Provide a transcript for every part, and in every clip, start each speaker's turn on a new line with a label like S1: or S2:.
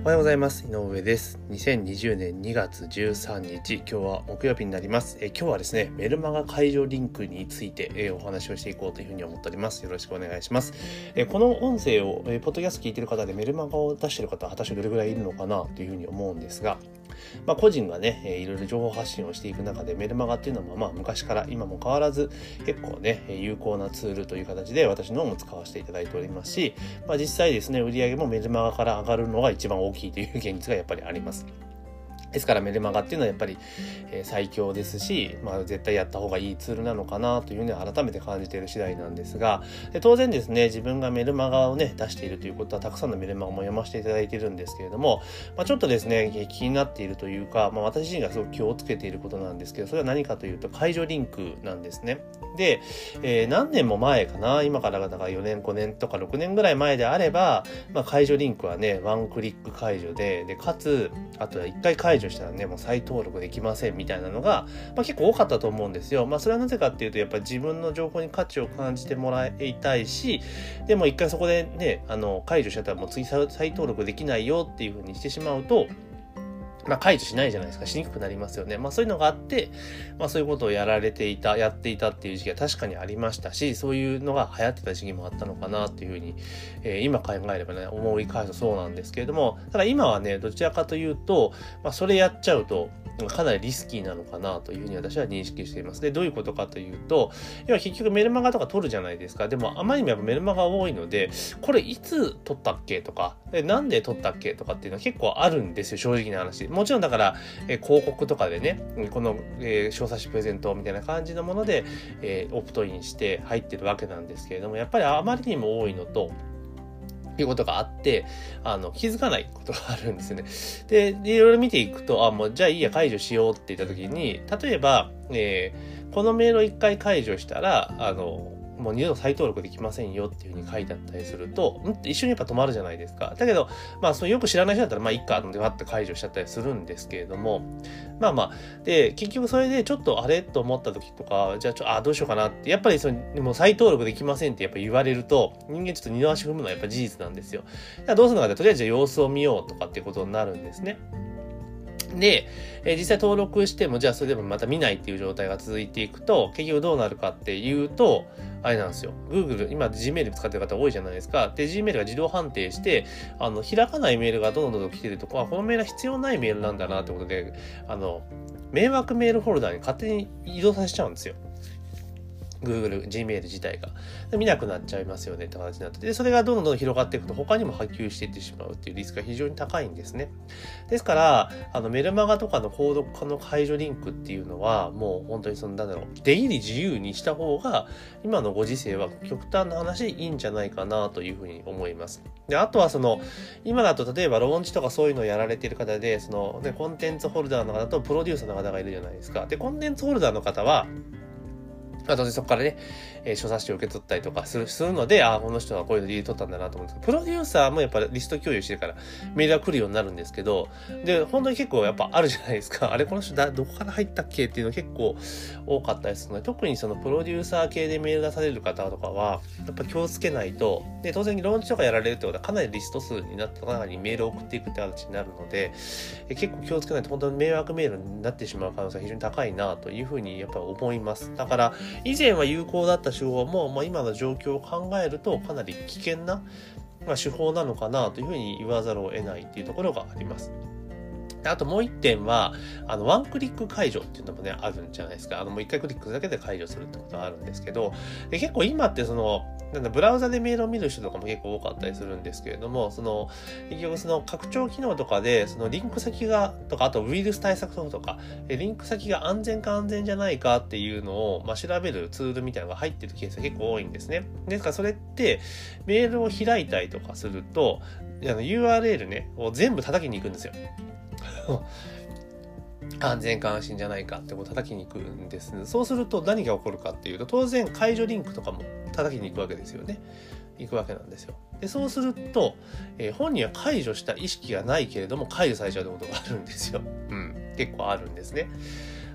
S1: おはようございます。井上です。2020年2月13日、今日は木曜日になります。今日はですね、メルマガ解除リンクについて、お話をしていこうというふうに思っております。よろしくお願いします。この音声を、ポッドキャスト聞いている方でメルマガを出している方は果たしてどれぐらいいるのかなというふうに思うんですが、個人がね、いろいろ情報発信をしていく中でメルマガっていうのは昔から今も変わらず結構ね、有効なツールという形で私の方も使わせていただいておりますし、実際ですね、売り上げもメルマガから上がるのが一番大きいという現実がやっぱりあります。ですからメルマガっていうのはやっぱり最強ですし、絶対やった方がいいツールなのかなというふうに改めて感じている次第なんですが、当然ですね、自分がメルマガをね出しているということはたくさんのメルマガも読ませていただいているんですけれども、ちょっとですね気になっているというか、私自身がすごく気をつけていることなんですけど、それは何かというと解除リンクなんですね。で、何年も前かな、今からだから4年5年とか6年ぐらい前であれば、解除リンクはねワンクリック解除でかつあとは1回解除したらねもう再登録できませんみたいなのが、結構多かったと思うんですよ。それはなぜかっていうと、やっぱり自分の情報に価値を感じてもらいたいし、でも一回そこでね解除しちゃったらもう次再登録できないよっていう風にしてしまうと、解除しないじゃないですか。しにくくなりますよね。そういうのがあって、そういうことをやっていたっていう時期は確かにありましたし、そういうのが流行ってた時期もあったのかなっていうふうに、今考えればね、思い返すとそうなんですけれども、ただ今はね、どちらかというと、それやっちゃうと、かなりリスキーなのかなというふうに私は認識しています。で、どういうことかというと、要は結局メルマガとか取るじゃないですか。でもあまりにもやっぱメルマガ多いので、これいつ取ったっけとか、なんで取ったっけとかっていうのは結構あるんですよ、正直な話。もちろんだから、広告とかでね、この、小冊子プレゼントみたいな感じのもので、オプトインして入ってるわけなんですけれども、やっぱりあまりにも多いのと、いうことがあって、気づかないことがあるんですよね。で、いろいろ見ていくと、もうじゃあいいや解除しようって言った時に、例えば、このメールを一回解除したら、もう二度と再登録できませんよっていうふうに書いてあったりすると、一緒にやっぱ止まるじゃないですか。だけど、そのよく知らない人だったら、いっか、でわって解除しちゃったりするんですけれども、で、結局それでちょっとあれと思った時とか、じゃあどうしようかなって、やっぱりもう再登録できませんってやっぱ言われると、人間ちょっと二の足踏むのはやっぱ事実なんですよ。だからどうするのかって、とりあえず様子を見ようとかっていうことになるんですね。で、実際登録しても、じゃあそれでもまた見ないっていう状態が続いていくと、結局どうなるかっていうと、あれなんですよ。Google、今 Gmail 使ってる方多いじゃないですか。で、Gmail が自動判定して、開かないメールがどんどん来てると、このメールは必要ないメールなんだなってことで、迷惑メールフォルダに勝手に移動させちゃうんですよ。Google、Gmail 自体が。見なくなっちゃいますよねって形になってて、それがどんどん広がっていくと他にも波及していってしまうっていうリスクが非常に高いんですね。ですから、メルマガとかの購読化の解除リンクっていうのは、もう本当に出入り自由にした方が、今のご時世は極端な話いいんじゃないかなというふうに思います。で、あとは今だと例えばローンチとかそういうのをやられている方で、コンテンツホルダーの方とプロデューサーの方がいるじゃないですか。で、コンテンツホルダーの方は、当然そこからね、小冊子を受け取ったりとかするので、この人はこういうのリード取ったんだなと思うんですけど、プロデューサーもやっぱりリスト共有してるからメールが来るようになるんですけど、で、本当に結構やっぱあるじゃないですか。あれ、この人どこから入ったっけっていうの結構多かったりするので、特にプロデューサー系でメール出される方とかは、やっぱ気をつけないと、で、当然ローンチとかやられるってことはかなりリスト数になった中にメールを送っていくって形になるので、結構気をつけないと本当に迷惑メールになってしまう可能性が非常に高いなというふうにやっぱり思います。だから、以前は有効だった手法も、今の状況を考えるとかなり危険な、手法なのかなというふうに言わざるを得ないっていうところがあります。あともう一点は、ワンクリック解除っていうのもね、あるんじゃないですか。もう一回クリックするだけで解除するってことがあるんですけど、で結構今ってブラウザでメールを見る人とかも結構多かったりするんですけれども、結局拡張機能とかで、リンク先が、とか、あとウイルス対策ソフトとか、リンク先が安全か安全じゃないかっていうのを、調べるツールみたいなのが入ってるケースが結構多いんですね。ですからそれって、メールを開いたりとかすると、URL ね、を全部叩きに行くんですよ。安全か安心じゃないかって叩きに行くんですね。そうすると何が起こるかっていうと、当然解除リンクとかも叩きに行くわけですよね。行くわけなんですよ。で、そうすると、本人は解除した意識がないけれども解除されちゃうってことがあるんですよ。結構あるんですね。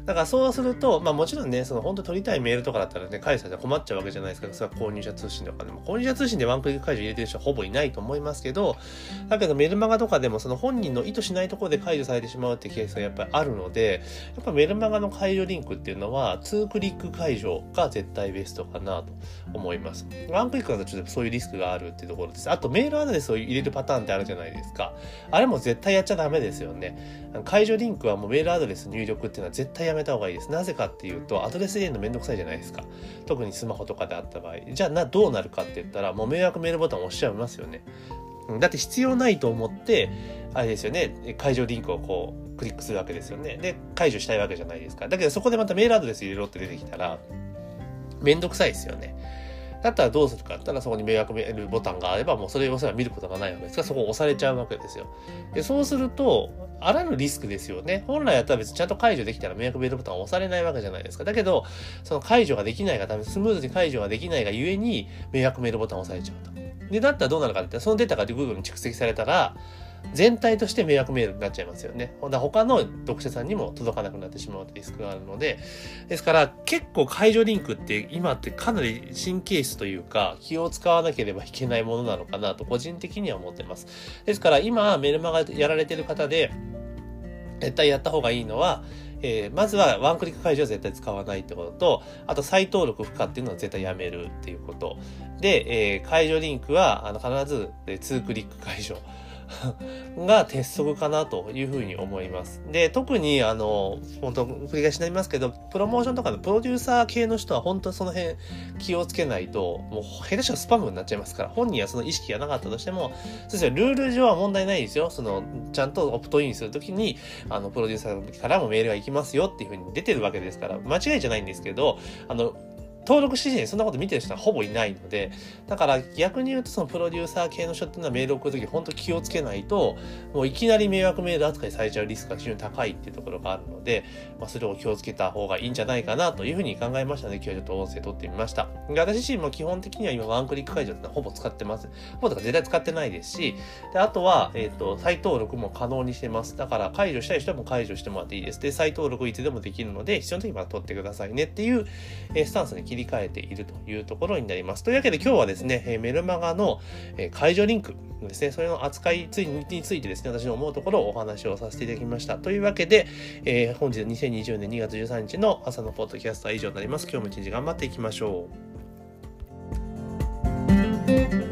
S1: だからそうすると、もちろんね、その本当取りたいメールとかだったらね、解除されて困っちゃうわけじゃないですか。それは購入者通信とかでも。購入者通信でワンクリック解除入れてる人はほぼいないと思いますけど、だけどメルマガとかでもその本人の意図しないところで解除されてしまうってケースがやっぱりあるので、やっぱメルマガの解除リンクっていうのは2クリック解除が絶対ベストかなと思います。ワンクリックだとちょっとそういうリスクがあるっていうところです。あとメールアドレスを入れるパターンってあるじゃないですか。あれも絶対やっちゃダメですよね。解除リンクはもうメールアドレス入力っていうのは絶対やめた方がいいです。なぜかっていうと、アドレス入れるのめんどくさいじゃないですか。特にスマホとかであった場合。じゃあどうなるかって言ったら、もう迷惑メールボタンを押しちゃいますよね。だって必要ないと思って、あれですよね、解除リンクをこうクリックするわけですよね。で、解除したいわけじゃないですか。だけどそこでまたメールアドレス入れろって出てきたら、めんどくさいですよね。だったらどうするかって言ったら、そこに迷惑メールボタンがあれば、もうそれを押せば見ることがないわけですから、そこを押されちゃうわけですよ。で、そうすると、あらぬリスクですよね。本来やったら別にちゃんと解除できたら迷惑メールボタンを押されないわけじゃないですか。だけど、その解除ができないがため、スムーズに解除ができないがゆえに、迷惑メールボタンを押されちゃうと。で、だったらどうなるかって言ったら、そのデータが Google に蓄積されたら、全体として迷惑メールになっちゃいますよね。他の読者さんにも届かなくなってしまうリスクがあるので、ですから結構解除リンクって今ってかなり神経質というか気を使わなければいけないものなのかなと個人的には思ってます。ですから今メルマガやられてる方で絶対やった方がいいのは、まずはワンクリック解除は絶対使わないってことと、あと再登録不可っていうのは絶対やめるっていうこと。で、解除リンクは必ず2クリック解除。が鉄則かなというふうに思います。で、特に本当繰り返しになりますけど、プロモーションとかのプロデューサー系の人は本当その辺気をつけないと、もう下手したらスパムになっちゃいますから、本人はその意識がなかったとしても、そうですよ、ルール上は問題ないですよ。ちゃんとオプトインするときに、プロデューサーからもメールが行きますよっていうふうに出てるわけですから、間違いじゃないんですけど、登録してそんなこと見てる人はほぼいないので、だから逆に言うとそのプロデューサー系の人っていうのはメールを送るとき本当気をつけないと、もういきなり迷惑メール扱いされちゃうリスクが非常に高いっていうところがあるので、それを気をつけた方がいいんじゃないかなというふうに考えましたので、今日はちょっと音声取ってみました。で、私自身も基本的には今ワンクリック解除ってのはほぼ使ってます。ほぼとか絶対使ってないですし、で、あとは、再登録も可能にしてます。だから解除したい人も解除してもらっていいです。で、再登録いつでもできるので、必要な時にまた取ってくださいねっていう、スタンスに切り替えているというところになります。というわけで今日はですね、メルマガの解除リンクですね、それの扱いについてですね、私の思うところをお話をさせていただきました。というわけで、本日2020年2月13日の朝のポッドキャストは以上になります。今日も一日頑張っていきましょう。